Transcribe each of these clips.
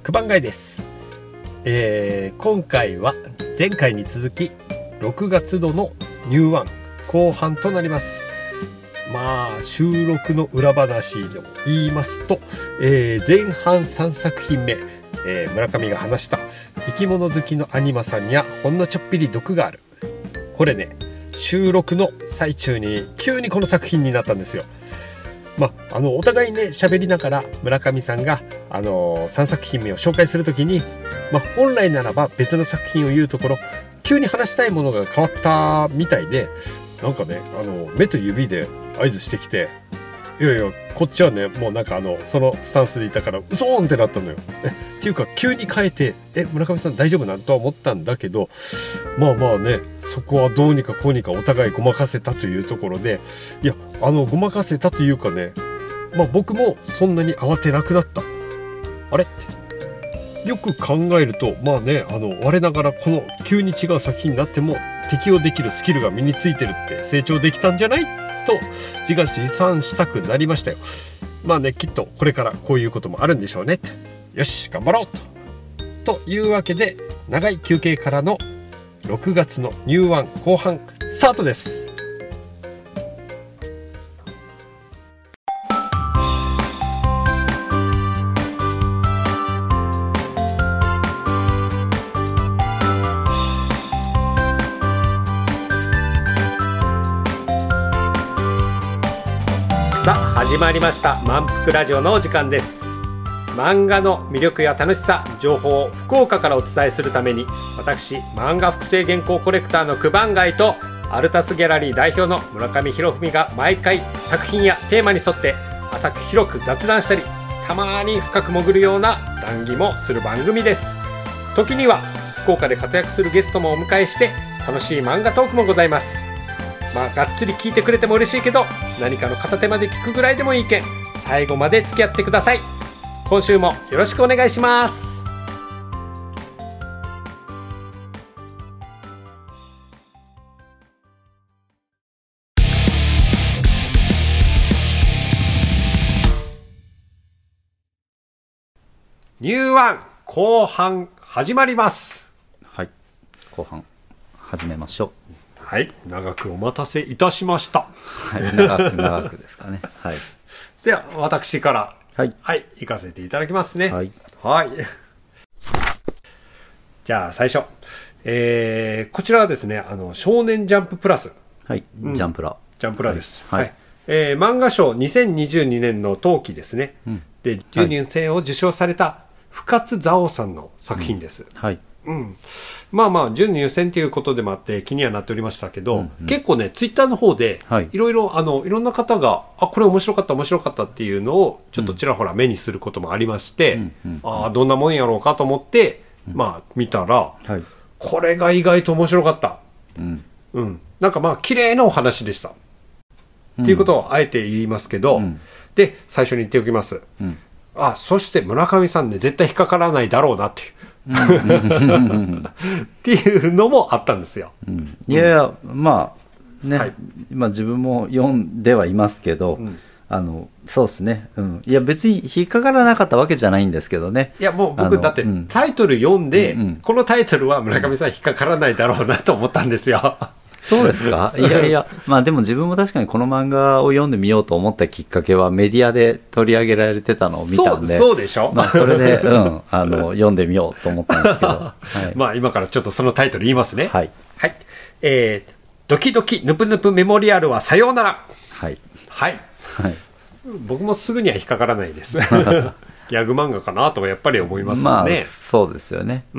九番街です。今回は前回に続き6月度のニューワン後半となります。収録の裏話を言いますと、前半3作品目、村上が話した生き物好きのアニマさんにはほんのちょっぴり毒がある。これね、収録の最中に急にこの作品になったんですよ。お互いね喋りながら村上さんが、3作品目を紹介するときに、本来ならば別の作品を言うところ急に話したいものが変わったみたいで、なんかね目と指で合図してきて、いやいやこっちはねもうなんかそのスタンスでいたからうそーんってなったのよ。っていうか急に変えて村上さん大丈夫なんとは思ったんだけど、ねそこはどうにかこうにかお互いごまかせたというところで、いやごまかせたというかね、僕もそんなに慌てなくなった。あれってよく考えると我ながらこの急に違う作品になっても適応できるスキルが身についてるって成長できたんじゃないと自画自賛したくなりましたよ。きっとこれからこういうこともあるんでしょうねって。よし頑張ろうというわけで、長い休憩からの6月のニューワン後半スタートです。さあ始まりました、満腹ラジオのお時間です。漫画の魅力や楽しさ、情報を福岡からお伝えするために、私漫画複製原稿コレクターの九番街とアルタスギャラリー代表の村上博文が毎回作品やテーマに沿って浅く広く雑談したり、たまに深く潜るような談義もする番組です。時には福岡で活躍するゲストもお迎えして楽しい漫画トークもございます。がっつり聞いてくれても嬉しいけど、何かの片手まで聞くぐらいでもいいけん、最後まで付き合ってください。今週もよろしくお願いします。ニューワン後半始まります。 はい、後半始めましょう。 はい、長くお待たせいたしました。 はい、長くですかね。はい。 では私からはい、 行かせていただきますね。 はい。 じゃあ最初、こちらはですね、少年ジャンププラス。 はい、ジャンプラです。 はい。 漫画賞2022年の冬季ですね。で、10人選を受賞された深津蔵王さんの作品です。 はい。 準入選ということでもあって気にはなっておりましたけど、結構ねツイッターの方でいろいろいろんな方がこれ面白かったっていうのをちょっとちらほら目にすることもありまして、どんなもんやろうかと思って、見たら、これが意外と面白かった。なんか綺麗なお話でした、っていうことをあえて言いますけど、で最初に言っておきます。そして村上さんね絶対引っかからないだろうなっていうっていうのもあったんですよ。 いや自分も読んではいますけど、そうですね。いや別に引っかからなかったわけじゃないんですけどね。 いやもう僕だってタイトル読んで、このタイトルは村上さん引っかからないだろうなと思ったんですよ。 そうですか。いやでも自分も確かにこの漫画を読んでみようと思ったきっかけはメディアで取り上げられてたのを見たんで、 そうでしょ。 それで読んでみようと思ったんですけど、 今からちょっとそのタイトル言いますね。 はい。 ドキドキヌプヌプメモリアルはさようなら。はい。僕もすぐには引っかからないです。ギャグ漫画かなとはやっぱり思いますもんね。 そうですよね。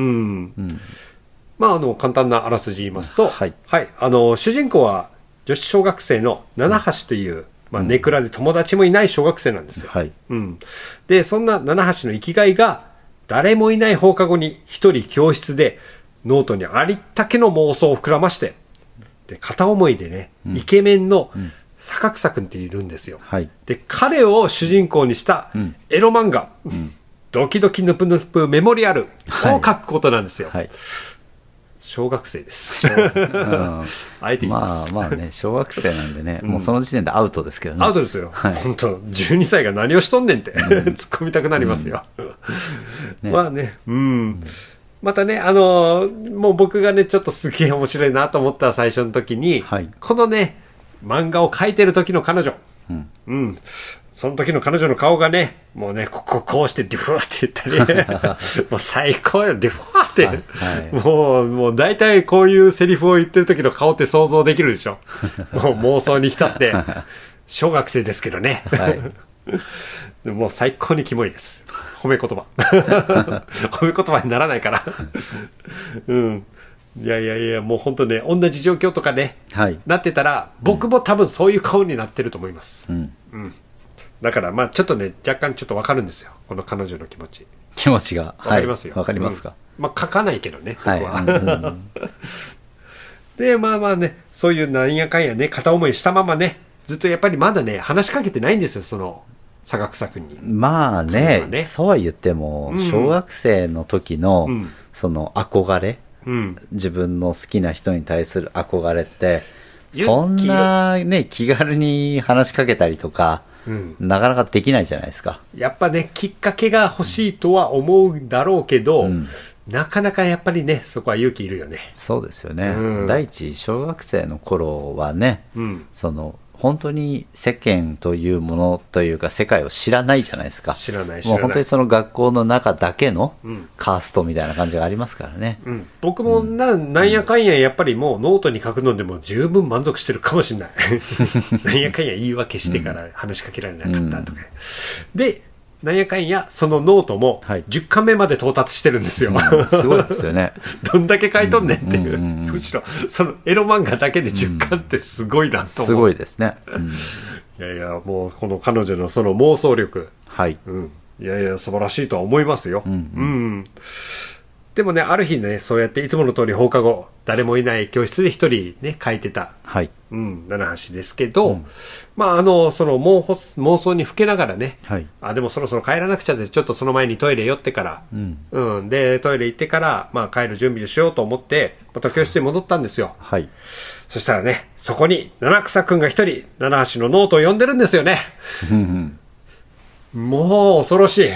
簡単なあらすじ言いますと、主人公は女子小学生の七橋という、ネクラで友達もいない小学生なんですよ。で、そんな七橋の生きがいが、誰もいない放課後に一人教室でノートにありったけの妄想を膨らまして、で片思いでね、イケメンの坂草くんっているんですよ。で、彼を主人公にしたエロ漫画、ドキドキヌプヌプメモリアルを書くことなんですよ。 小学生です。 うん、 あえて言います。 まあね、小学生なんでね、もうその時点でアウトですけどね。 アウトですよ。はい、本当12歳が何をしとんねんって、突っ込みたくなりますよ。ね、まあね、またね、もう僕がね、ちょっとすげえ面白いなと思った最初の時に、はい、このね、漫画を描いてる時の彼女、その時の彼女の顔がね、もうね、こうしてデュフーって言ったり、もう最高よ、デュフーって、はいはい、もう大体こういうセリフを言ってる時の顔って想像できるでしょ。もう妄想に浸って、小学生ですけどね。はい、もう最高にキモいです。褒め言葉。褒め言葉にならないから。うん。いや、もう本当ね、同じ状況とかね、はい、なってたら、僕も多分そういう顔になってると思います。だからまあちょっとね、若干ちょっとわかるんですよ、この彼女の気持ち。 気持ちがわかりますよ。 わかりますか。 まあ書かないけどね、僕は。で、まあね、そういうなんやかんやね、片思いしたままね、ずっとやっぱりまだね、話しかけてないんですよ、その坂草くんに。 まあね、そうは言っても、小学生の時の、その憧れ、自分の好きな人に対する憧れって、そんなね、気軽に話しかけたりとか、なかなかできないじゃないですか。 やっぱね、きっかけが欲しいとは思うだろうけど、なかなかやっぱりね、そこは勇気いるよね。 そうですよね。第一、小学生の頃はね、その本当に世間というものというか世界を知らないじゃないですか。 知らない。 もう本当にその学校の中だけのカーストみたいな感じがありますからね。 僕もなんやかんややっぱりもうノートに書くのでも十分満足してるかもしれない。なんやかんや言い訳してから話しかけられなかったとか。で、なんやかんやそのノートも10巻目まで到達してるんですよ。 すごいですよね。 どんだけ書いとんねんっていう。むしろそのエロ漫画だけで10巻ってすごいなと思う。 すごいですね。 いやもうこの彼女のその妄想力、 はい、 いや素晴らしいとは思いますよ。でもね、ある日ね、そうやっていつもの通り放課後誰もいない教室で一人ね書いてた、七橋ですけど、まあその妄想にふけながらね、でもそろそろ帰らなくちゃで、ちょっとその前にトイレ寄ってから、でトイレ行ってからまあ帰る準備をしようと思ってまた教室に戻ったんですよ。そしたらね、そこに七草くんが一人七橋のノートを読んでるんですよね。もう恐ろしい。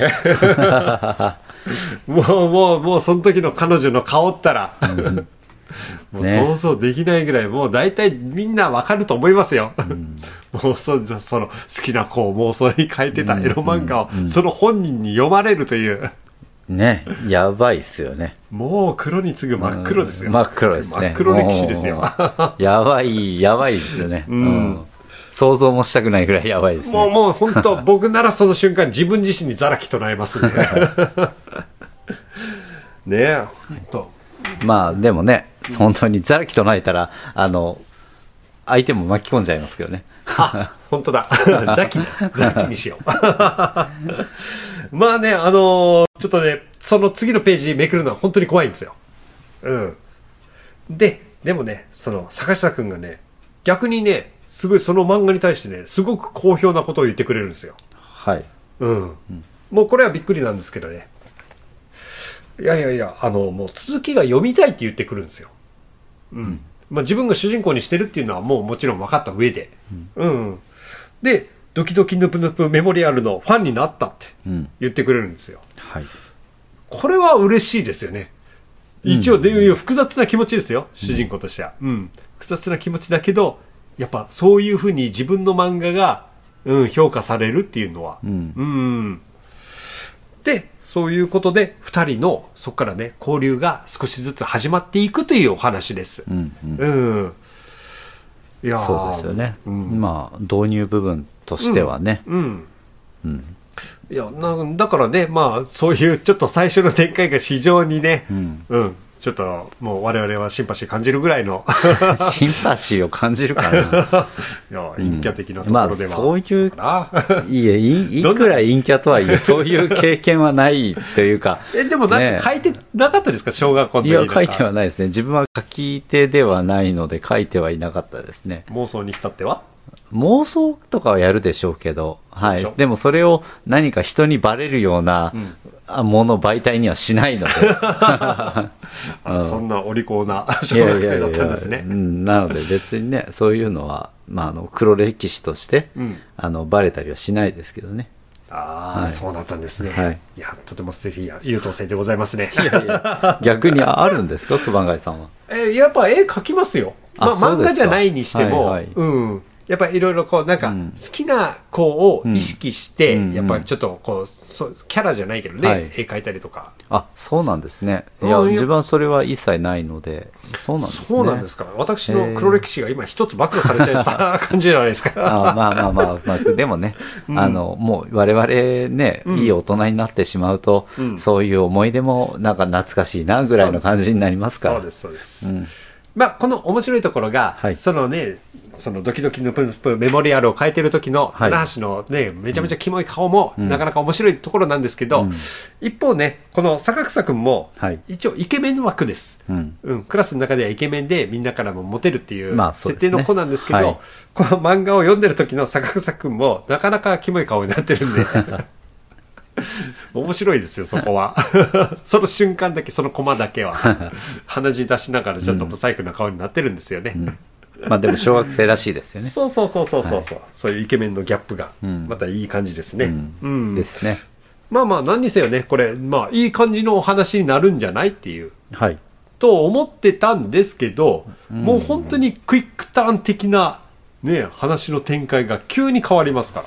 もうその時の彼女の顔ったら、もう想像できないぐらい、もう大体みんなわかると思いますよ。もうその好きな子を妄想に書いてたエロ漫画をその本人に読まれるというね、やばいっすよね。 もう黒に次ぐ真っ黒ですよ。 真っ黒ですね。 真っ黒歴史ですよ。 やばいですよね。想像もしたくないぐらいやばいですね。 もう本当僕ならその瞬間自分自身にザラキ唱えますね。ねえ、本当。まあでもね、本当にザラキ唱えたら相手も巻き込んじゃいますけどね。 本当だ。ザキにしよう。まあね、ちょっとね、その次のページめくるのは本当に怖いんですよ。でもね、その坂下くんがね、逆にね、すごいその漫画に対してね、すごく好評なことを言ってくれるんですよ。もうこれはびっくりなんですけどね。いやもう続きが読みたいって言ってくるんですよ。まあ自分が主人公にしてるっていうのはもうもちろん分かった上で。で、ドキドキヌプヌプメモリアルのファンになったって言ってくれるんですよ。これは嬉しいですよね。一応複雑な気持ちですよ、主人公としては。複雑な気持ちだけど、やっぱそういうふうに自分の漫画が、評価されるっていうのは、でそういうことで2人のそこからね交流が少しずつ始まっていくというお話です。 いやそうですよね。まあ導入部分としてはね。いやだからね、まあそういうちょっと最初の展開が非常にね、ちょっともう我々はシンパシー感じるぐらいのシンパシーを感じるかな。いや陰キャ的なところでは、 そういういくら陰キャとはいえそういう経験はないというか。 でもなんか書いてなかったですか、小学校の時。 いや書いてはないですね。自分は書き手ではないので書いてはいなかったですね。 妄想に来たっては妄想とかはやるでしょうけど、でもそれを何か人にバレるようなもの媒体にはしないのでそんなお利口な小学生だったんですね。 なので別にねそういうのは、黒歴史として、バレたりはしないですけどね。 そうだったんですね。 はい、 いやとても素敵な優等生でございますね。 逆にあるんですか熊谷さんは。 やっぱ絵描きますよ。漫画じゃないにしても、やっぱりいろいろこうなんか好きな子を意識して、やっぱりちょっとこうキャラじゃないけどね、絵描いたりとか。 そうなんですね。いや自分はそれは一切ないので。そうなんですね。 そうなんですか。私の黒歴史が今一つ暴露されちゃった感じじゃないですか。 でもね、もう我々ね、いい大人になってしまうと、そういう思い出もなんか懐かしいなぐらいの感じになりますから。 そうですそうです。この面白いところが、そのね、そのドキドキのメモリアルを変えてる時の棚橋のね、めちゃめちゃキモい顔もなかなか面白いところなんですけど、一方ね、この坂草くんも一応イケメン枠です。クラスの中ではイケメンでみんなからもモテるっていう設定の子なんですけど、この漫画を読んでる時の坂草くんもなかなかキモい顔になってるんで面白いですよそこはその瞬間だけ、そのコマだけは鼻血出しながらちょっとブサイクな顔になってるんですよね。 でも小学生らしいですよね。 そうそういうイケメンのギャップがまたいい感じですね。 ですね。 何にせよね、これいい感じのお話になるんじゃないっていう、と思ってたんですけど、もう本当にクイックターン的なね、話の展開が急に変わりますから。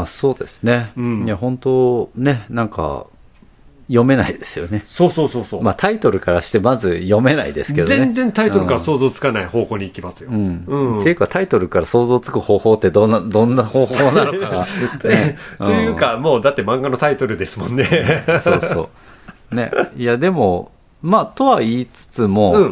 そうですね。いや本当ね、なんか読めないですよね。 そうタイトルからしてまず読めないですけどね。 全然タイトルから想像つかない方向に行きますよ。 っていうかタイトルから想像つく方法ってどんな方法なのかなというか、もうだって漫画のタイトルですもんね。 そうね。いやでもとは言いつつも、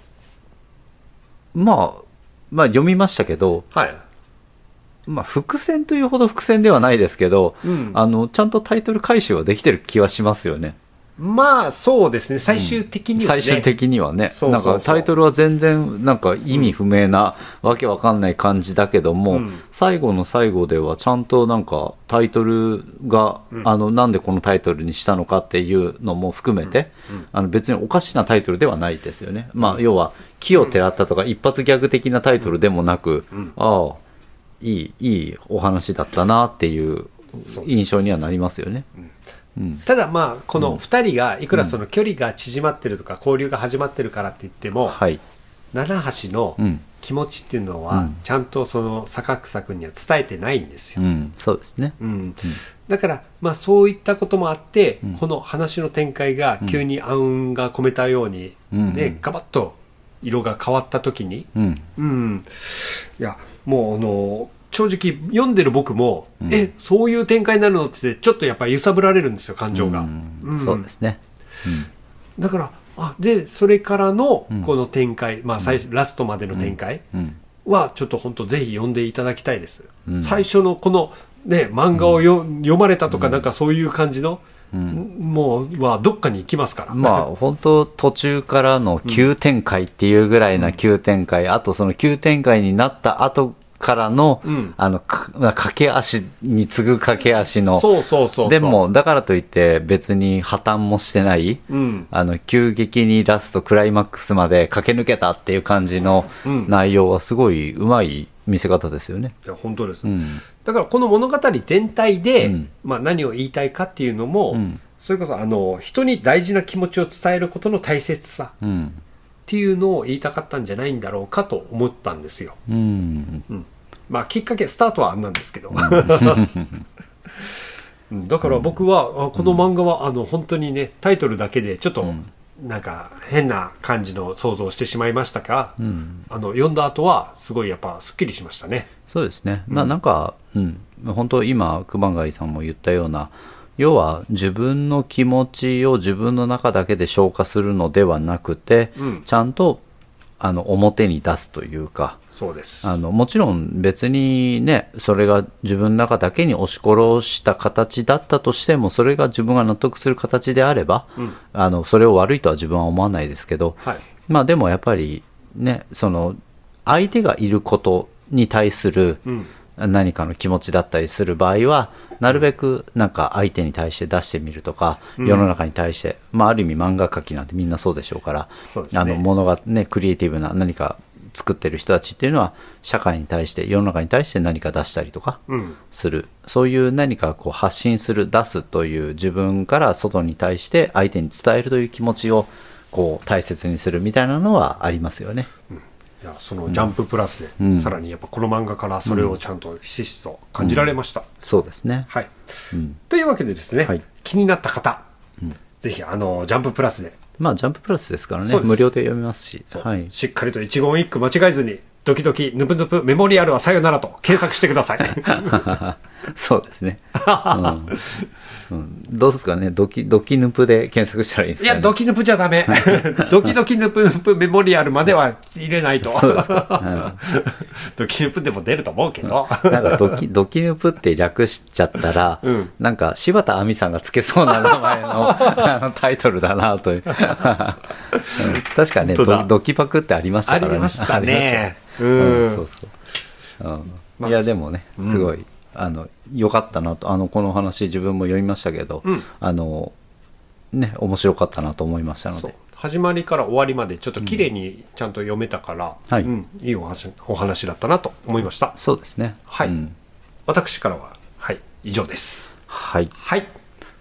読みましたけど、伏線というほど伏線ではないですけど、ちゃんとタイトル回収はできてる気はしますよね。 そうですね、最終的にはね。 最終的にはね。なんかタイトルは全然なんか意味不明な、わけわかんない感じだけども、最後の最後ではちゃんとなんかタイトルが、なんでこのタイトルにしたのかっていうのも含めて、別におかしなタイトルではないですよね。要は木をてらったとか一発ギャグ的なタイトルでもなく、いいお話だったなっていう印象にはなりますよね。 ただこの2人がいくらその距離が縮まってるとか交流が始まってるからって言っても、七橋の気持ちっていうのはちゃんとその坂草くんには伝えてないんですよ。 そうですね。 だからそういったこともあって、この話の展開が急に暗雲が込めたようにね、ガバッと色が変わった時に、いやもう正直読んでる僕も、そういう展開になるのってちょっとやっぱり揺さぶられるんですよ、感情が。 そうですね。 だからでそれからのこの展開、ラストまでの展開はちょっと本当ぜひ読んでいただきたいです。最初のこのね、漫画を読まれたとかなんかそういう感じの、もうどっかに行きますから。 本当途中からの急展開っていうぐらいな急展開、あとその急展開になった後からの、駆け足に次ぐ駆け足の、でもだからといって別に破綻もしてない、急激にラストクライマックスまで駆け抜けたっていう感じの内容はすごいうまい見せ方ですよね。 いや本当です、だからこの物語全体で、何を言いたいかっていうのも、それこそ人に大事な気持ちを伝えることの大切さ、っていうのを言いたかったんじゃないんだろうかと思ったんですよ。きっかけスタートはあんなんですけどだから僕はこの漫画は本当にね、タイトルだけでちょっとなんか変な感じの想像をしてしまいましたが、読んだ後はすごいやっぱすっきりしましたね。 そうですね。なんか、本当今熊谷さんも言ったような、要は自分の気持ちを自分の中だけで消化するのではなくて、ちゃんと表に出すというか。 そうです。 もちろん別にね、それが自分の中だけに押し殺した形だったとしても、それが自分が納得する形であれば、それを悪いとは自分は思わないですけど、でもやっぱりね、その相手がいることに対する、 何かの気持ちだったりする場合は、なるべくなんか相手に対して出してみるとか、世の中に対して、ある意味漫画描きなんてみんなそうでしょうから、 そうですね、 ものがね、クリエイティブな何か作ってる人たちっていうのは、社会に対して、世の中に対して何か出したりとかする、そういう何かこう発信する、出すという自分から外に対して相手に伝えるという気持ちをこう大切にするみたいなのはありますよね。 いや、そのジャンププラスで、さらにやっぱこの漫画からそれをちゃんとひしひしと感じられました。 そうですね。 はい。というわけでですね、気になった方、ぜひジャンププラスで、 ジャンププラスですからね、無料で読みますし、 しっかりと一言一句間違えずに、ドキドキヌプヌプメモリアルはさよならと検索してください。 そうですね。どうですかね、ドキヌプで検索したらいいんですかね。 いや、ドキヌプじゃダメ。ドキドキヌプヌプメモリアルまでは入れないと。 そうですか。 ドキヌプでも出ると思うけど。 なんかドキヌプって略しちゃったら、なんか柴田亜美さんがつけそうな名前のタイトルだなという。確かね、ドキパクってありましたからね。 ありましたね。 そうそう。いや、でもね、すごい。良かったなと、この話自分も読みましたけど、ね、面白かったなと思いましたので、 始まりから終わりまでちょっと綺麗にちゃんと読めたから、いいお話だったなと思いました。 そうですね。 はい。私からは、以上です。 はい。 はい。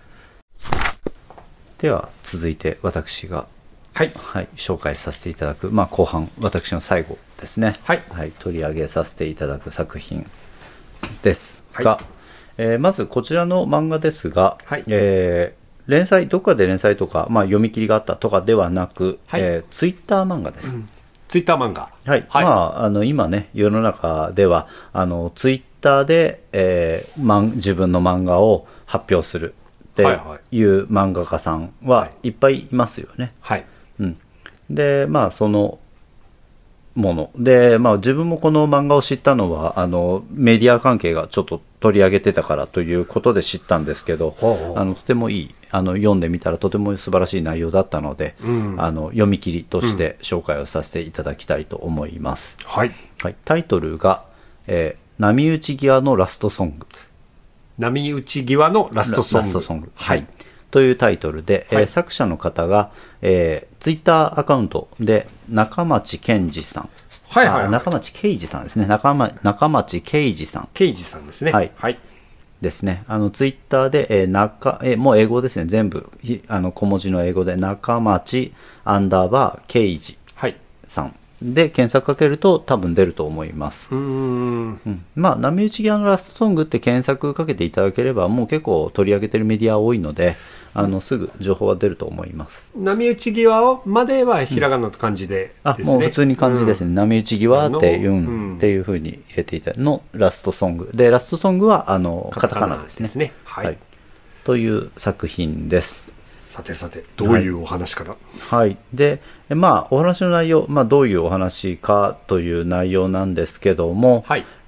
では、続いて私が、紹介させていただく、後半、私の最後ですね。取り上げさせていただく作品ですが、まずこちらの漫画ですが、連載どこかで連載とか、読み切りがあったとかではなく、ツイッター漫画です。 ツイッター漫画、今ね、世の中ではツイッターで、自分の漫画を発表するっていう漫画家さんはいっぱいいますよね。で、そのもので、自分もこの漫画を知ったのはメディア関係がちょっと取り上げてたからということで知ったんですけど、とてもいい、読んでみたらとても素晴らしい内容だったので、読み切りとして紹介をさせていただきたいと思います。タイトルが、波打ち際のラストソング。 波打ち際のラストソング。 というタイトルで、作者の方が、ツイッターアカウントで中町健二さん、中町慶二さんですね。中町慶二さん。 慶二さんですね。 ですね。ツイッターで、もう英語ですね。全部小文字の英語で中町_慶二さんで検索かけると多分出ると思います。波打ち際のラストソングって検索かけていただければもう結構取り上げてるメディア多いので、すぐ情報は出ると思います。 波打ち際まではひらがなの漢字でですね。 もう普通に漢字ですね。波打ち際ってっていう風に入れていたのラストソングで、ラストソングはカタカナですね。という作品です。 さてさて、どういうお話から。 で、お話の内容、どういうお話かという内容なんですけども、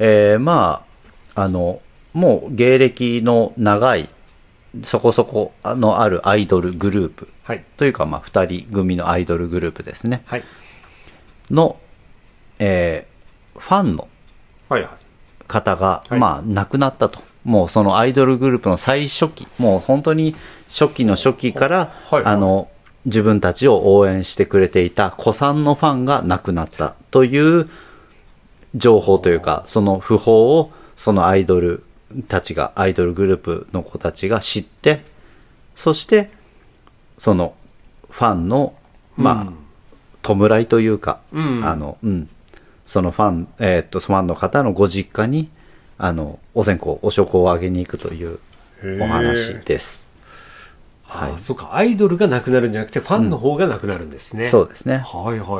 もう芸歴の長いそこそこのあるアイドルグループ、というか2人組のアイドルグループですね、の、ファンの方が、亡くなったと。もうそのアイドルグループの最初期、もう本当に初期の初期から、自分たちを応援してくれていた古参のファンが亡くなったという情報というか、その訃報をそのアイドルたちが、アイドルグループの子たちが知って、そしてそのファンの弔いというか、そのファンの方のご実家にお線香、お焼香をあげに行くというお話です。 そうか、アイドルがなくなるんじゃなくてファンの方がなくなるんですね。 そうですね。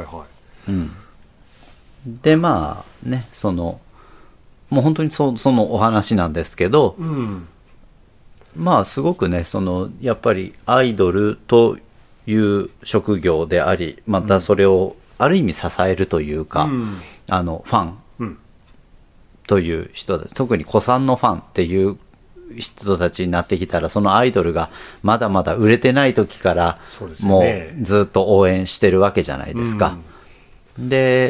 で、もう本当にそのお話なんですけど、すごくね、やっぱりアイドルという職業であり、またそれをある意味支えるというか、ファンという人たち、特に古参のファンっていう人たちになってきたら、そのアイドルがまだまだ売れてない時からもうずっと応援してるわけじゃないですか。で、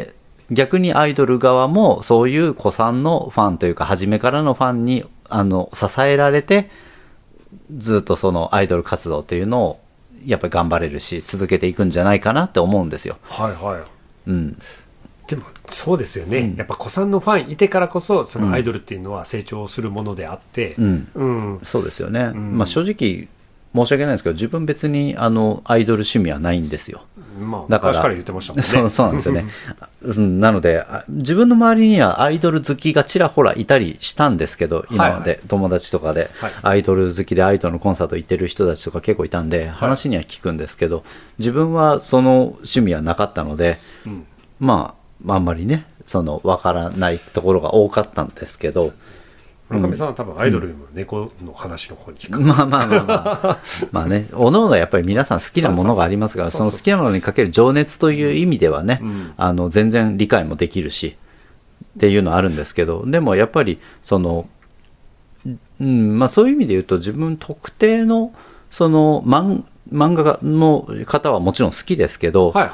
逆にアイドル側もそういう古参のファンというか初めからのファンに支えられてずっとそのアイドル活動というのをやっぱり頑張れるし続けていくんじゃないかなって思うんですよ。 はいはい、うん、でもそうですよね、うん、やっぱ古参のファンいてからこそそのアイドルっていうのは成長するものであって、 うんうん、そうですよね、まあ、正直申し訳ないですけど自分別にアイドル趣味はないんですよ。 まあ、だから言ってましたもんね。 そうなんですよねなので自分の周りにはアイドル好きがちらほらいたりしたんですけど今まで、はいはい、友達とかで、はい、アイドル好きでアイドルのコンサート行ってる人たちとか結構いたんで、はい、話には聞くんですけど自分はその趣味はなかったので、うん、まああんまりねその分からないところが多かったんですけど、 村上さんは多分アイドルよりも猫の話の方に聞く、 まあね、おのおのやっぱり皆さん好きなものがありますから、その好きなものにかける情熱という意味ではね、全然理解もできるしっていうのはあるんですけど、でもやっぱりその、まあそういう意味で言うと自分特定のその漫画家の方はもちろん好きですけど、はいはい、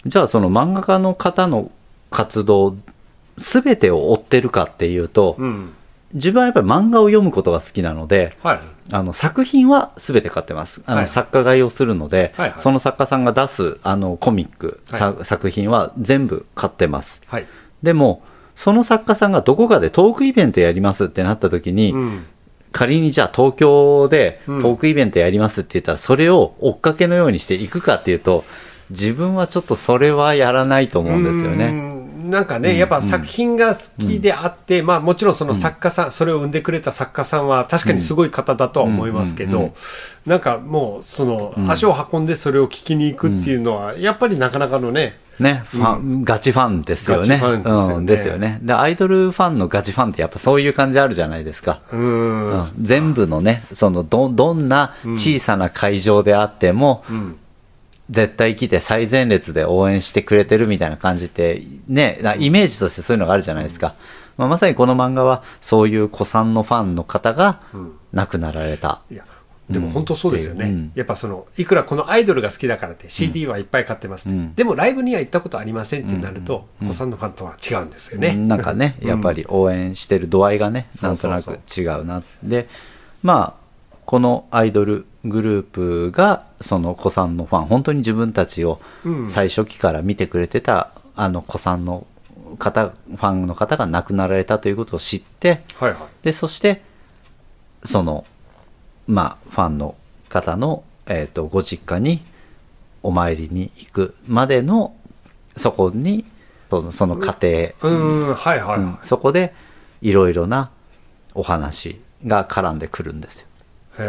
じゃあその漫画家の方の活動全てを追ってるかっていうと、自分はやっぱり漫画を読むことが好きなので、はい、作品は全て買ってます。はい、作家買いをするので、はいはい、その作家さんが出すコミック、はい、作品は全部買ってます。はい、でもその作家さんがどこかでトークイベントやりますってなった時に、仮にじゃあ東京でトークイベントやりますって言ったら、それを追っかけのようにしていくかっていうと、自分はちょっとそれはやらないと思うんですよね。 なんかね、やっぱ作品が好きであって、まあもちろんその作家さん、それを生んでくれた作家さんは確かにすごい方だとは思いますけど、なんかもうその足を運んでそれを聞きに行くっていうのはやっぱりなかなかのね、 ガチファンですよね。ですよね。で、アイドルファンのガチファンってやっぱそういう感じあるじゃないですか。全部のね、そのどんな小さな会場であっても、絶対来て最前列で応援してくれてるみたいな感じってね、イメージとしてそういうのがあるじゃないですか。まさにこの漫画はそういう古参のファンの方が亡くなられた。 いやでも本当そうですよね、やっぱそのいくらこのアイドルが好きだからって CD はいっぱい買ってますって、でもライブには行ったことありませんってなると、古参のファンとは違うんですよね。 なんかね、やっぱり応援してる度合いがね、なんとなく違うな。で、まあこのアイドルグループがその古参のファン、本当に自分たちを最初期から見てくれてた古参の方、ファンの方が亡くなられたということを知って、はいはい、でそしてそのまあファンの方のご実家にお参りに行くまでのそこにその過程、そこでいろいろなお話が絡んでくるんですよ。へ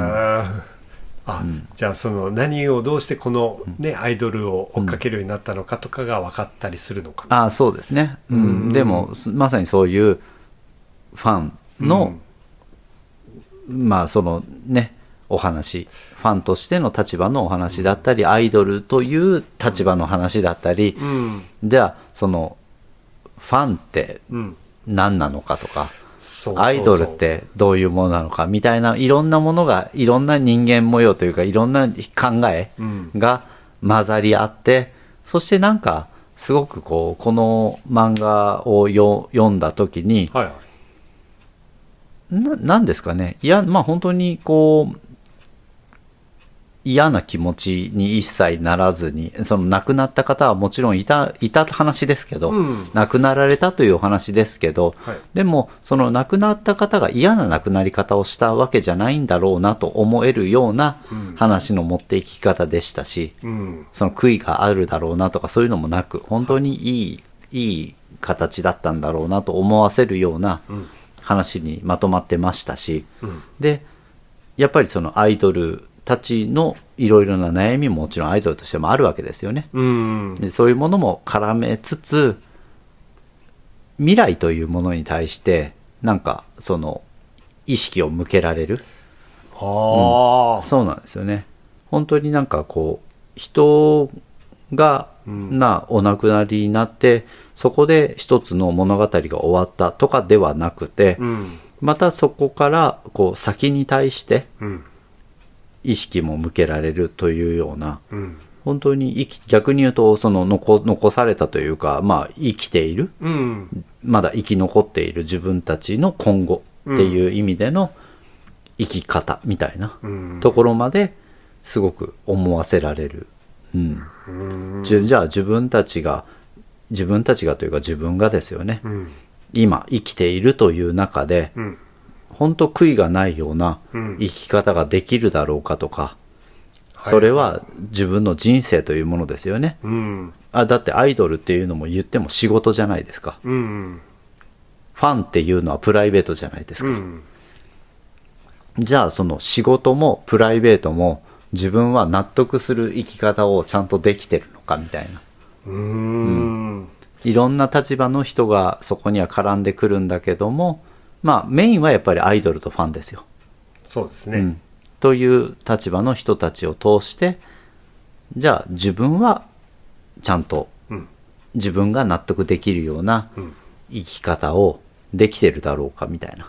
じゃあその何をどうしてこの、ね、アイドルを追っかけるようになったのかとかが分かったりするのかな。 そうですね、でもまさにそういうファンの、まあそのねお話、ファンとしての立場のお話だったり、アイドルという立場の話だったり、じゃあそのファンって何なのかとか、アイドルってどういうものなのかみたいな、いろんなものが、いろんな人間模様というかいろんな考えが混ざり合って、そしてなんかすごくこの漫画を読んだ時に、なんですかね、いやまあ本当に嫌な気持ちに一切ならずに、その亡くなった方はもちろんいた話ですけど、亡くなられたというお話ですけど、でもその亡くなった方が嫌な亡くなり方をしたわけじゃないんだろうなと思えるような話の持っていき方でしたし、その悔いがあるだろうなとかそういうのもなく、本当にいい形だったんだろうなと思わせるような話にまとまってましたし、でやっぱりそのアイドルたちのいろいろな悩みももちろんアイドルとしてもあるわけですよね。でそういうものも絡めつつ、未来というものに対してなんかその意識を向けられる。そうなんですよね。本当になんか人がお亡くなりになってそこで一つの物語が終わったとかではなくて、またそこから先に対して意識も向けられるというような、 本当に逆に言うとその残されたというか、まあ、生きている、まだ生き残っている自分たちの今後っていう意味での生き方みたいなところまですごく思わせられる、じゃあ自分たちがというか自分がですよね、今生きているという中で、本当悔いがないような生き方ができるだろうかとか、それは自分の人生というものですよね、だってアイドルっていうのも言っても仕事じゃないですか、ファンっていうのはプライベートじゃないですか、じゃあその仕事もプライベートも自分は納得する生き方をちゃんとできてるのかみたいな、いろんな立場の人がそこには絡んでくるんだけども、まあメインはやっぱりアイドルとファンですよ。 そうですね、 という立場の人たちを通して、じゃあ自分はちゃんと自分が納得できるような生き方をできてるだろうかみたいな、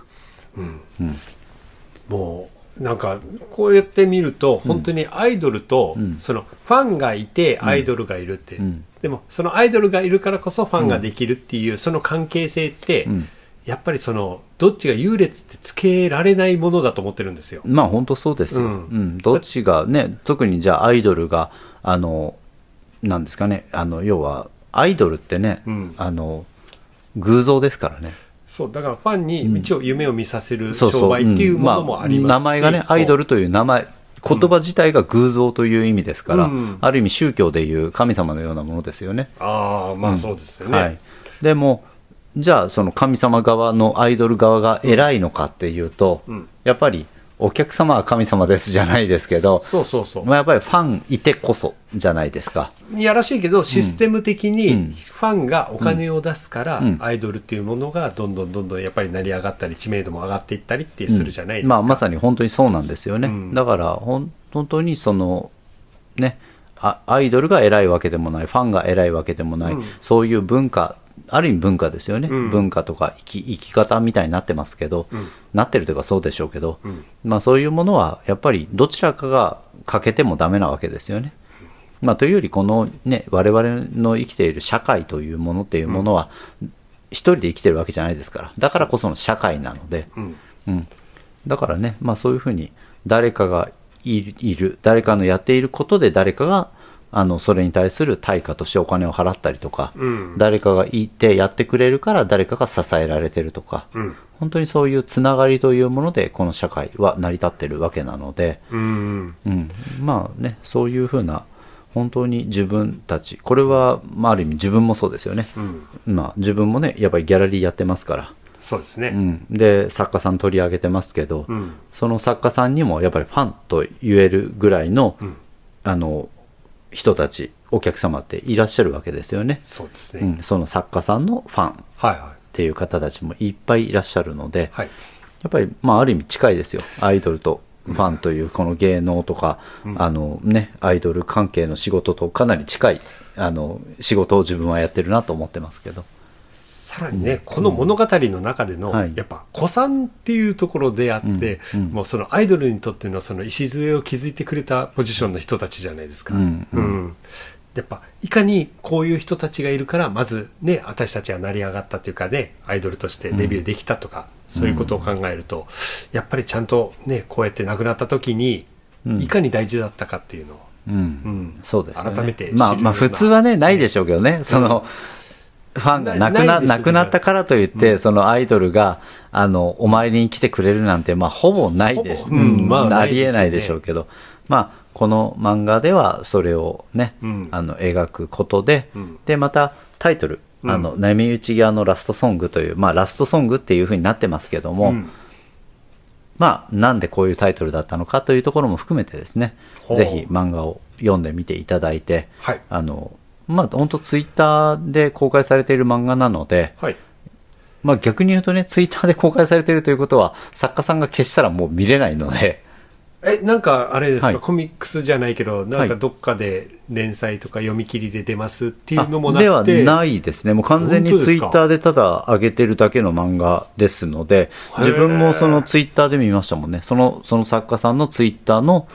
もうなんかこうやって見ると本当にアイドルとそのファンがいてアイドルがいるって、でもそのアイドルがいるからこそファンができるっていうその関係性って、やっぱりそのどっちが優劣ってつけられないものだと思ってるんですよ。 まあ本当そうですよ、どっちがね、特にじゃあアイドルがなんですかね、要はアイドルってね、偶像ですからね。 そうだからファンに一応夢を見させる商売っていうものもありますし、 名前がね、アイドルという名前、言葉自体が偶像という意味ですから、ある意味宗教でいう神様のようなものですよね。 まあそうですよね、 でもじゃあその神様側のアイドル側が偉いのかっていうと、やっぱりお客様は神様ですじゃないですけど、まあ、やっぱりファンいてこそじゃないですか。 いやらしいけどシステム的にファンがお金を出すから、アイドルっていうものがどんどんやっぱり成り上がったり知名度も上がっていったりってするじゃないですか、 まあ、まさに本当にそうなんですよね、だから本当にそのね、アイドルが偉いわけでもない、ファンが偉いわけでもない、そういう文化、ある意味文化ですよね、文化とか生き方みたいになってますけど、なってるというかそうでしょうけど、まあ、そういうものはやっぱりどちらかが欠けてもダメなわけですよね。まあ、というよりこのね、我々の生きている社会というものっていうものは一人で生きてるわけじゃないですから、だからこその社会なので、だからね、まあ、そういうふうに誰かがいる、誰かのやっていることで誰かがそれに対する対価としてお金を払ったりとか、誰かがいてやってくれるから誰かが支えられてるとか、本当にそういうつながりというものでこの社会は成り立ってるわけなので、まあね、そういうふうな本当に自分たち、これは、まあ、ある意味自分もそうですよね、まあ、自分もねやっぱりギャラリーやってますから、 そうですね、 で作家さん取り上げてますけど、その作家さんにもやっぱりファンと言えるぐらいの、人たち、お客様っていらっしゃるわけですよね。 そうですね、 その作家さんのファンっていう方たちもいっぱいいらっしゃるので、やっぱり、まあ、ある意味近いですよ、アイドルとファンというこの芸能とか、アイドル関係の仕事とかなり近い仕事を自分はやってるなと思ってますけど、 さらにね、この物語の中での、やっぱ古参っていうところであって、もうそのアイドルにとってのその礎を築いてくれたポジションの人たちじゃないですか。やっぱいかにこういう人たちがいるからまずね、私たちは成り上がったというかね、アイドルとしてデビューできたとか、そういうことを考えると、やっぱりちゃんとね、こうやって亡くなった時にいかに大事だったかっていうのを、 そうですね、 改めてまあ普通はねないでしょうけどね、そのファンが亡くなったからといって、そのアイドルがお参りに来てくれるなんて、まあ、ほぼないです、ありえないでしょうけど、まあ、この漫画ではそれをね、描くことで、でまたタイトル、波打ち際のラストソングという、まあ、ラストソングっていう風になってますけども、まあ、なんでこういうタイトルだったのかというところも含めてですね、ぜひ漫画を読んでみていただいて、まあ、本当ツイッターで公開されている漫画なので、まあ、逆に言うとね、ツイッターで公開されているということは作家さんが消したらもう見れないので、 なんかあれですか、コミックスじゃないけど、なんかどっかで連載とか読み切りで出ますっていうのもなくて、 ではないですね。もう完全にツイッターでただ上げてるだけの漫画ですので、自分もそのツイッターで見ましたもんね。その作家さんのツイッターの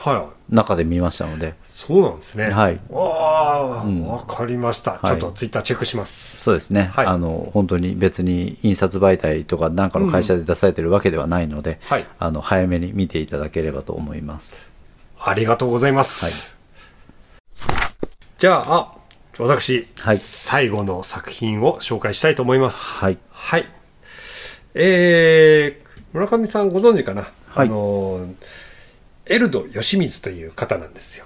中で見ましたので。 そうなんですね。 はい。 わかりました。ちょっとツイッターチェックします。 そうですね。本当に別に印刷媒体とか何かの会社で出されてるわけではないので、早めに見ていただければと思います。 ありがとうございます。じゃあ、私、最後の作品を紹介したいと思います。はい。村上さんご存知かな、エルド・ヨシミズという方なんですよ。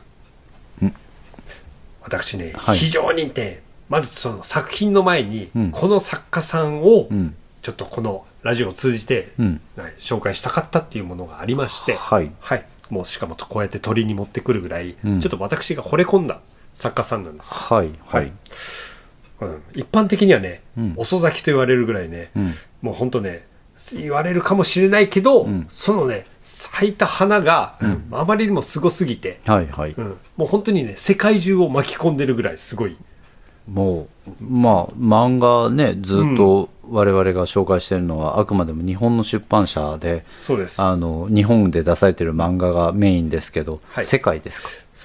私ね、非常にね、まずその作品の前に、この作家さんを、ちょっとこのラジオを通じて、紹介したかったっていうものがありまして、もうしかもこうやって鳥に持ってくるぐらい、ちょっと私が惚れ込んだ作家さんなんです。一般的にはね、遅咲きと言われるぐらいね、もう本当ね、言われるかもしれないけど、そのね、咲いた花が、あまりにもすごすぎて、もう本当にね、世界中を巻き込んでるぐらいすごい。 もう、漫画ね、ずっと我々が紹介してるのは、あくまでも日本の出版社で、 そうです。 日本で出されてる漫画がメインですけど、世界ですか？ そう。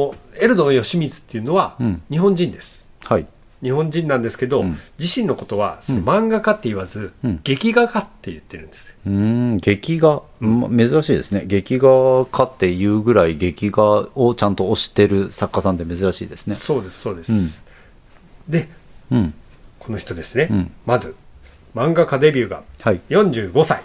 エルド・ヨシミズっていうのは、日本人です。日本人なんですけど、自身のことはその漫画家って言わず、劇画家って言ってるんです。 劇画、珍しいですね。劇画家っていうぐらい劇画をちゃんと推してる作家さんって珍しいですね。 そうですそうです。で、この人ですね、まず漫画家デビューが45歳。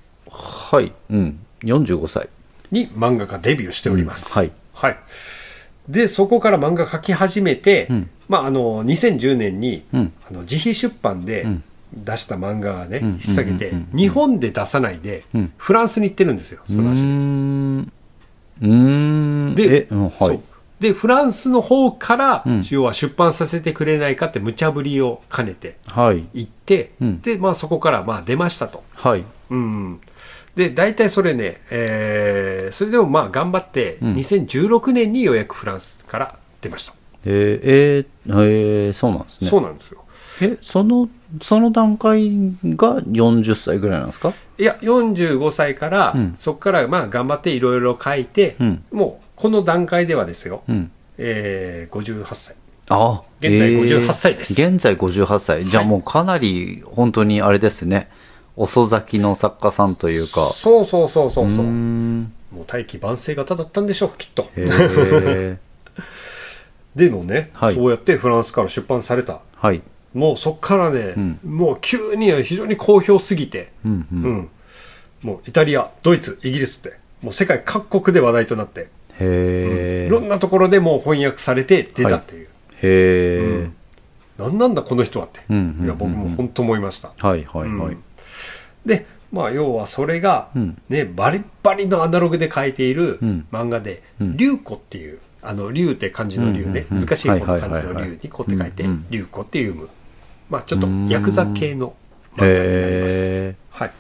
45歳に漫画家デビューしております。でそこから漫画描き始めて、2010年に、自費出版で出した漫画がね、引っ提げて、日本で出さないで、フランスに行ってるんですよ、その足でフランスの方から、要は出版させてくれないかって無茶ぶりを兼ねて行って、でそこから出ましたと。で大体それね、それでも頑張って、2016年にようやくフランスから出ました。 そうなんですね。 そうなんですよ。 その段階が40歳ぐらいなんですか？ いや、45歳から、そこから頑張っていろいろ書いて、もうこの段階ではですよ、58歳。現在58歳です。 現在58歳。じゃあもうかなり本当にあれですね。遅咲きの作家さんというか。 そう。もう大器晩成型だったんでしょう、きっと。でもね、そうやってフランスから出版された。もうそっからね、もう急に非常に好評すぎて、もうイタリア、ドイツ、イギリスって、もう世界各国で話題となって、いろんなところでもう翻訳されて出たっていう。何なんだこの人はって。いや、僕も本当思いました。で、要はそれが、バリバリのアナログで書いている漫画で、龍子っていう、龍って漢字の龍ね、難しい方の漢字の龍に子って書いて、龍子っていう、ちょっとヤクザ系の漫画になります。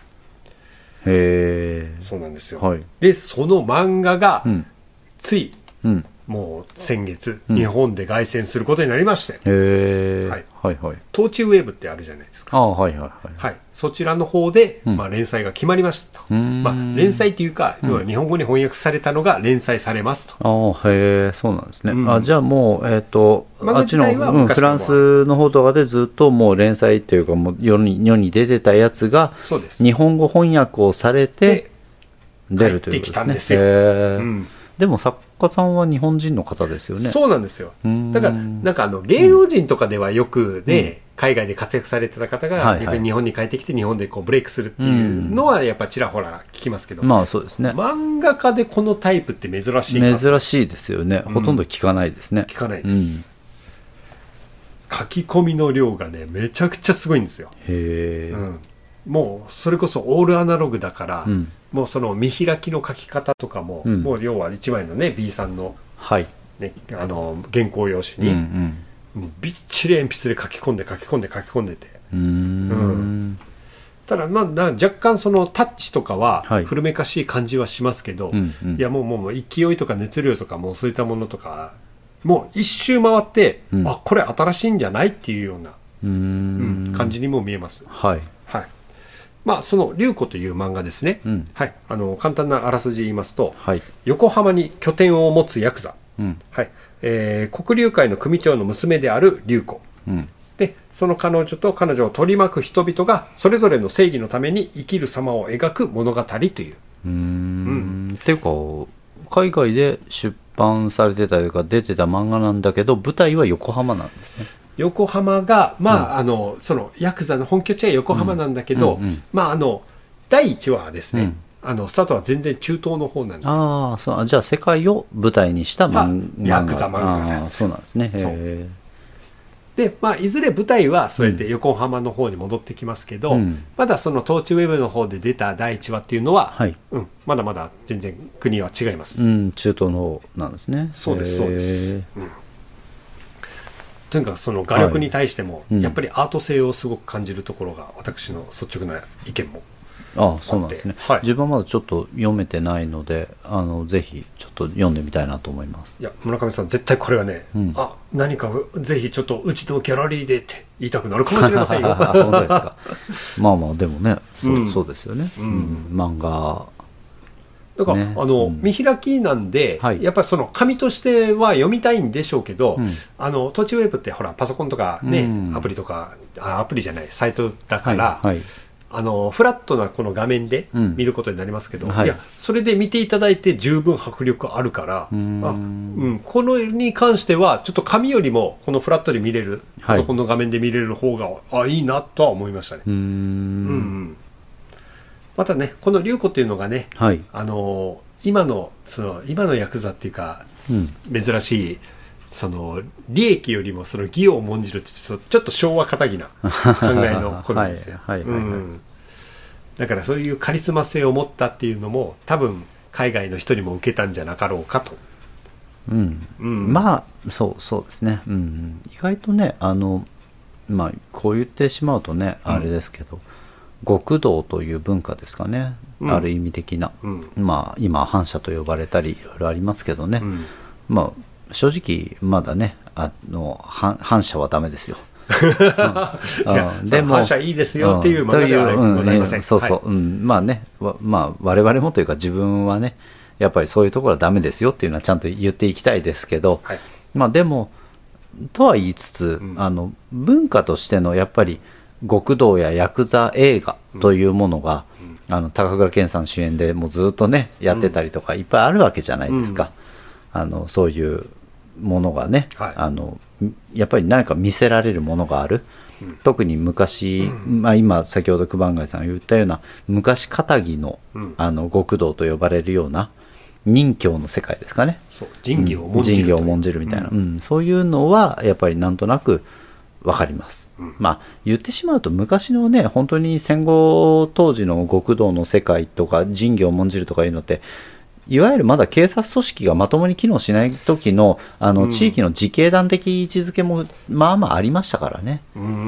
そうなんですよ。で、その漫画が、つい、もう先月、日本で凱旋することになりまして、トーチウェーブってあるじゃないですか。そちらの方で、連載が決まりましたと。連載っていうか、要は日本語に翻訳されたのが連載されますと。 そうなんですね。じゃあもう、あっちの、フランスの方とかでずっともう連載というか、もう世に出てたやつが、日本語翻訳をされて出るということですね。でも作家さんは日本人の方ですよね。 そうなんですよ。だからなんか芸能人とかではよくね、海外で活躍されてた方が逆に日本に帰ってきて日本でこうブレイクするっていうのはやっぱちらほら聞きますけど、 そうですね。 漫画家でこのタイプって珍しい。 珍しいですよね。ほとんど聞かないですね。 聞かないです。書き込みの量がねめちゃくちゃすごいんですよ。もうそれこそオールアナログだから、もうその見開きの書き方とかも、もう要は一枚のね B さんの、原稿用紙に、もうびっちり鉛筆で書き込んでて、ただ若干そのタッチとかは古めかしい感じはしますけど、いやもう勢いとか熱量とかもうそういったものとかもう一周回って、これ新しいんじゃないっていうような感じにも見えます。 その龍子という漫画ですね、はい、簡単なあらすじ言いますと、 はい、 横浜に拠点を持つヤクザ、はい、黒龍会の組長の娘である龍子、でその彼女と彼女を取り巻く人々がそれぞれの正義のために生きる様を描く物語という。 っていうか海外で出版されてたというか出てた漫画なんだけど舞台は横浜なんですね。 横浜が、そのヤクザの本拠地は横浜なんだけど、第1話はですね、スタートは全然中東の方なんで、 そう、じゃあ世界を舞台にした漫画、 ヤクザ漫画なんです。 そうなんですね。 で、いずれ舞台はそうやって横浜の方に戻ってきますけど、まだそのトーチウェブの方で出た第1話っていうのは、まだまだ全然国は違います。 中東の方なんですね。 そうですそうです。とにかくその画力に対しても、やっぱりアート性をすごく感じるところが私の率直な意見もあって。 そうなんですね。自分はまだちょっと読めてないので、ぜひちょっと読んでみたいなと思います。 いや、村上さん絶対これはね、何かぜひちょっとうちのギャラリーでって言いたくなるかもしれませんよ。 本当ですか。でもね、そうですよね。漫画だから、見開きなんで、やっぱりその紙としては読みたいんでしょうけど、トーチウェブってほらパソコンとかね、アプリとかアプリじゃないサイトだから、フラットなこの画面で見ることになりますけど、いやそれで見ていただいて十分迫力あるから、このに関してはちょっと紙よりもこのフラットで見れる、パソコンの画面で見れる方がいいなとは思いましたね。またね、この龍子っていうのがね、今のヤクザっていうか、珍しいその利益よりもその義を重んじるってちょっと昭和かたぎな考えの子なんですよ。だからそういうカリスマ性を持ったっていうのも多分海外の人にも受けたんじゃなかろうかと。 そうですね。意外とね、こう言ってしまうとね、あれですけど、極道という文化ですかね、ある意味的な、今反社と呼ばれたりいろいろありますけどね、正直まだね反社はダメですよ。 でも反社いいですよっていう漫画ではございません。 我々もというか自分はねやっぱりそういうところはダメですよっていうのはちゃんと言っていきたいですけど、でもとは言いつつ、文化としてのやっぱり極道やヤクザ映画というものが、高倉健さん主演でもうずっとねやってたりとかいっぱいあるわけじゃないですか。そういうものがね、やっぱり何か見せられるものがある。特に昔、今先ほど九番街さんが言ったような昔かたぎの、極道と呼ばれるような任侠の世界ですかね。 仁義を重んじるみたいな、そういうのはやっぱりなんとなくわかります。言ってしまうと昔のね本当に戦後当時の極道の世界とか仁義を重んじるとかいうのっていわゆるまだ警察組織がまともに機能しない時の地域の自警団的位置づけもありましたからね。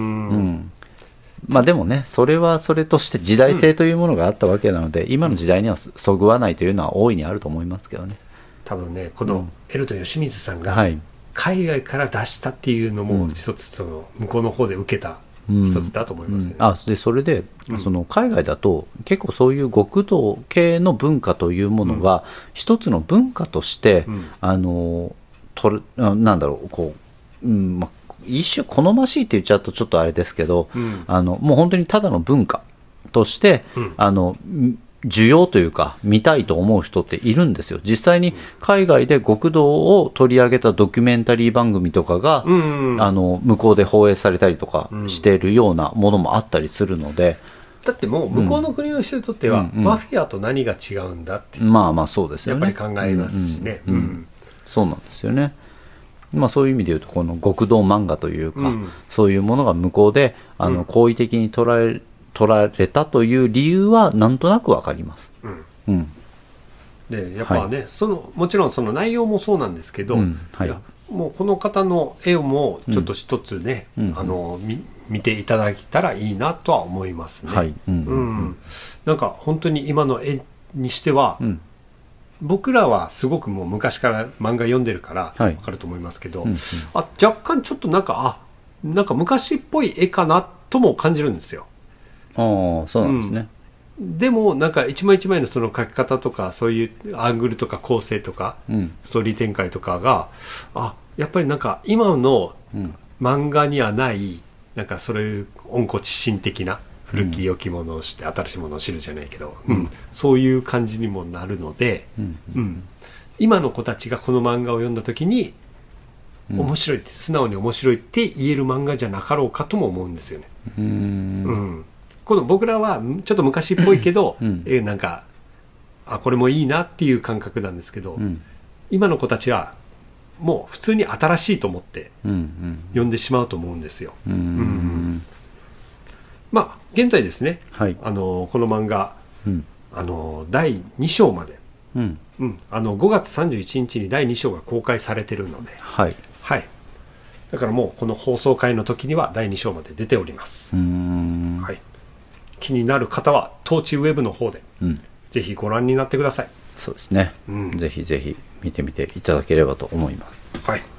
でもねそれはそれとして時代性というものがあったわけなので、今の時代にはそぐわないというのは大いにあると思いますけどね。 多分ねこのエルト吉水さんが、海外から出したっていうのも一つその向こうの方で受けた一つだと思いますね。 でそれで、その海外だと結構そういう極道系の文化というものが一つの文化として、一種好ましいって言っちゃうとちょっとあれですけど、もう本当にただの文化として、需要というか見たいと思う人っているんですよ。実際に海外で極道を取り上げたドキュメンタリー番組とかが、向こうで放映されたりとかしているようなものもあったりするので、 だってもう向こうの国の人にとっては、マフィアと何が違うんだってそうですよね。 やっぱり考えますしね。 そうなんですよね。そういう意味で言うとこの極道漫画というか、そういうものが向こうで好意的に取られたという理由はなんとなくわかります。 でやっぱね、もちろんその内容もそうなんですけど、もうこの方の絵をもちょっと一つね、見ていただけたらいいなとは思いますね。なんか本当に今の絵にしては、僕らはすごくもう昔から漫画読んでるから分かると思いますけど、若干ちょっとなんか昔っぽい絵かなとも感じるんですよ。 そうなんですね。 でもなんか一枚一枚のその書き方とかそういうアングルとか構成とか、ストーリー展開とかがやっぱりなんか今の漫画にはないなんかそういう温故知新的な古き良きものをして新しいものを知るじゃないけど、そういう感じにもなるので、今の子たちがこの漫画を読んだ時に面白いって素直に面白いって言える漫画じゃなかろうかとも思うんですよね。この僕らはちょっと昔っぽいけど、なんかこれもいいなっていう感覚なんですけど、今の子たちはもう普通に新しいと思って読んでしまうと思うんですよ。まあ現在ですね、この漫画、第2章まで、5月31日に第2章が公開されてるので、だからもうこの放送回の時には第2章まで出ております。気になる方はトーチウェブの方で、ぜひご覧になってください。 そうですね、ぜひぜひ見てみていただければと思います。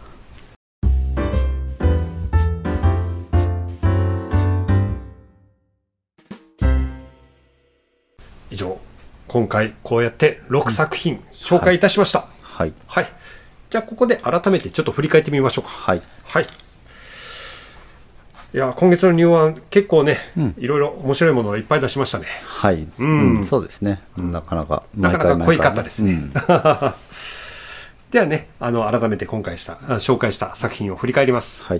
以上、今回こうやって6作品紹介いたしました。じゃあここで改めてちょっと振り返ってみましょうか。いや今月のニューワン結構ね、いろいろ面白いものをいっぱい出しましたね。 そうですね、なかなか濃いかったですね。ではね、改めて今回紹介した作品を振り返ります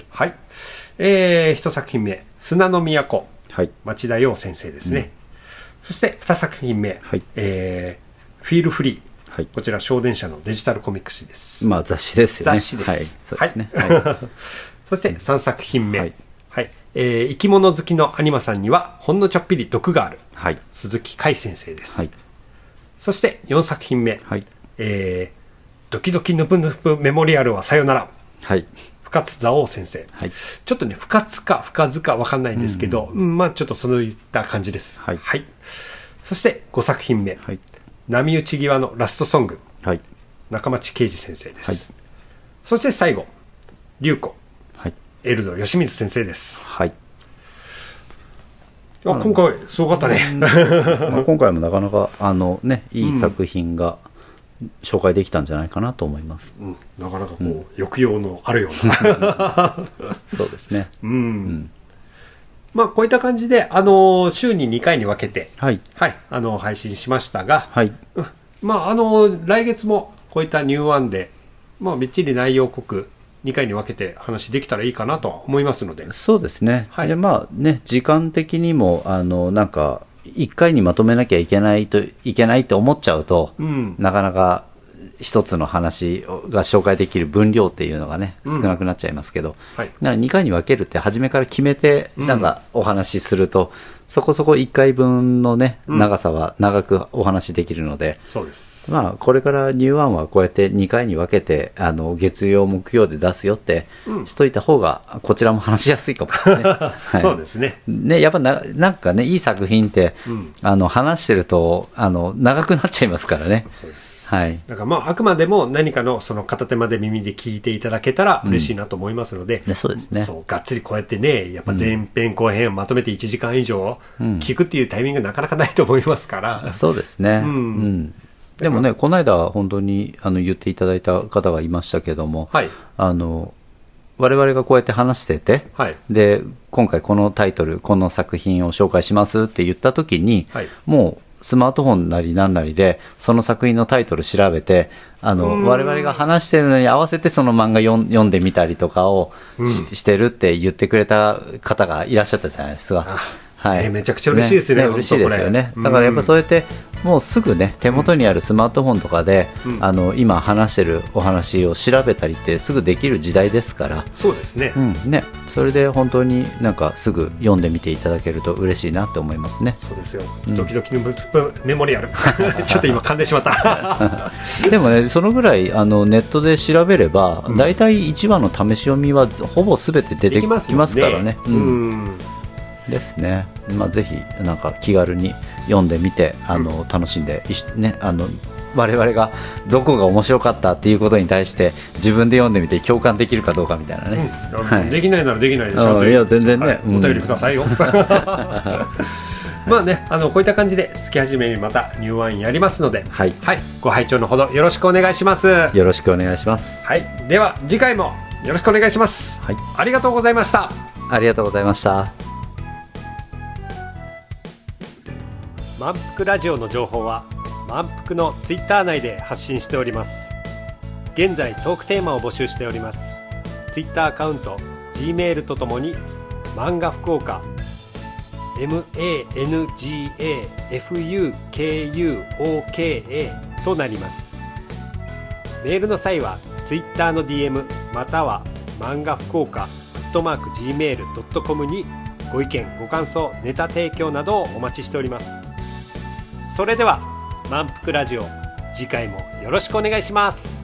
。1作品目、砂の都、町田洋先生ですね。そして2作品目、フィールフリー、こちら小電車のデジタルコミック誌です。 雑誌ですよね。 雑誌です。そして3作品目、生き物好きのアニマさんにはほんのちょっぴり毒がある、鈴木海先生です。そして4作品目、ドキドキヌプヌプメモリアルはさよなら、深津蔵王先生、ちょっとね深津か深津か分かんないんですけど、まあちょっとそういった感じです。そして5作品目、波打ち際のラストソング、中町圭司先生です。そして最後、龍子、エルド吉水先生です。今回すごかったね。 今回もなかなかいい作品が紹介できたんじゃないかなと思います。 なかなかこう、抑揚のあるような。 そうですね。 まあこういった感じで週に2回に分けて配信しましたが、まあ来月もこういったニューワンでまあびっちり内容濃く2回に分けて話できたらいいかなとは思いますので。 そうですね。でまあね、時間的にもなんか1回にまとめなきゃいけないって思っちゃうと、なかなか一つの話が紹介できる分量っていうのがね少なくなっちゃいますけど、2回に分けるって初めから決めてなんかお話しすると、そこそこ1回分のね長さは長くお話しできるので、 そうです。 まあこれからニューワンはこうやって2回に分けて月曜木曜で出すよってしといた方がこちらも話しやすいかもね。 そうですね。 やっぱなんかねいい作品って、話してると長くなっちゃいますからね。 そうです。 だからまああくまでも何かのその片手まで耳で聞いていただけたら嬉しいなと思いますので、 そうですね。 がっつりこうやってねやっぱ前編後編をまとめて1時間以上聞くっていうタイミングなかなかないと思いますから。 そうですね。でもね、この間本当に言っていただいた方がいましたけども、我々がこうやって話してて、で今回このタイトルこの作品を紹介しますって言った時に、もうスマートフォンなりなんなりでその作品のタイトル調べて我々が話してるのに合わせてその漫画読んでみたりとかを してるって言ってくれた方がいらっしゃったじゃないですか。 めちゃくちゃ嬉しいですね。 嬉しいですよね。だからやっぱそうやってもうすぐね手元にあるスマートフォンとかで、今話してるお話を調べたりってすぐできる時代ですから。 そうですね。 それで本当になんかすぐ読んでみていただけると嬉しいなって思いますね。 そうですよ。ドキドキのメモリアル。ちょっと今噛んでしまった。 でもねそのぐらいネットで調べればだいたい1話の試し読みはほぼすべて出てきますからね。ですね。ぜひなんか気軽に読んでみて楽しんでね我々がどこが面白かったっていうことに対して自分で読んでみて共感できるかどうかみたいなね。 できないならできないでしょ。 いや全然ね。 お便りくださいよ。 まあね、こういった感じで月始めにまたニューワンやりますので、はい、はい、ご拝聴のほどよろしくお願いします。 よろしくお願いします。 はい、では次回もよろしくお願いします。はい、ありがとうございました。 ありがとうございました。 満腹ラジオの情報は満腹のツイッター内で発信しております。現在トークテーマを募集しております。ツイッターアカウント、G メールとともに漫画福岡 MANGAFUKUOKA となります。メールの際はツイッターの DM または漫画福岡@gmail.com にご意見ご感想ネタ提供などをお待ちしております。それでは満腹ラジオ、次回もよろしくお願いします。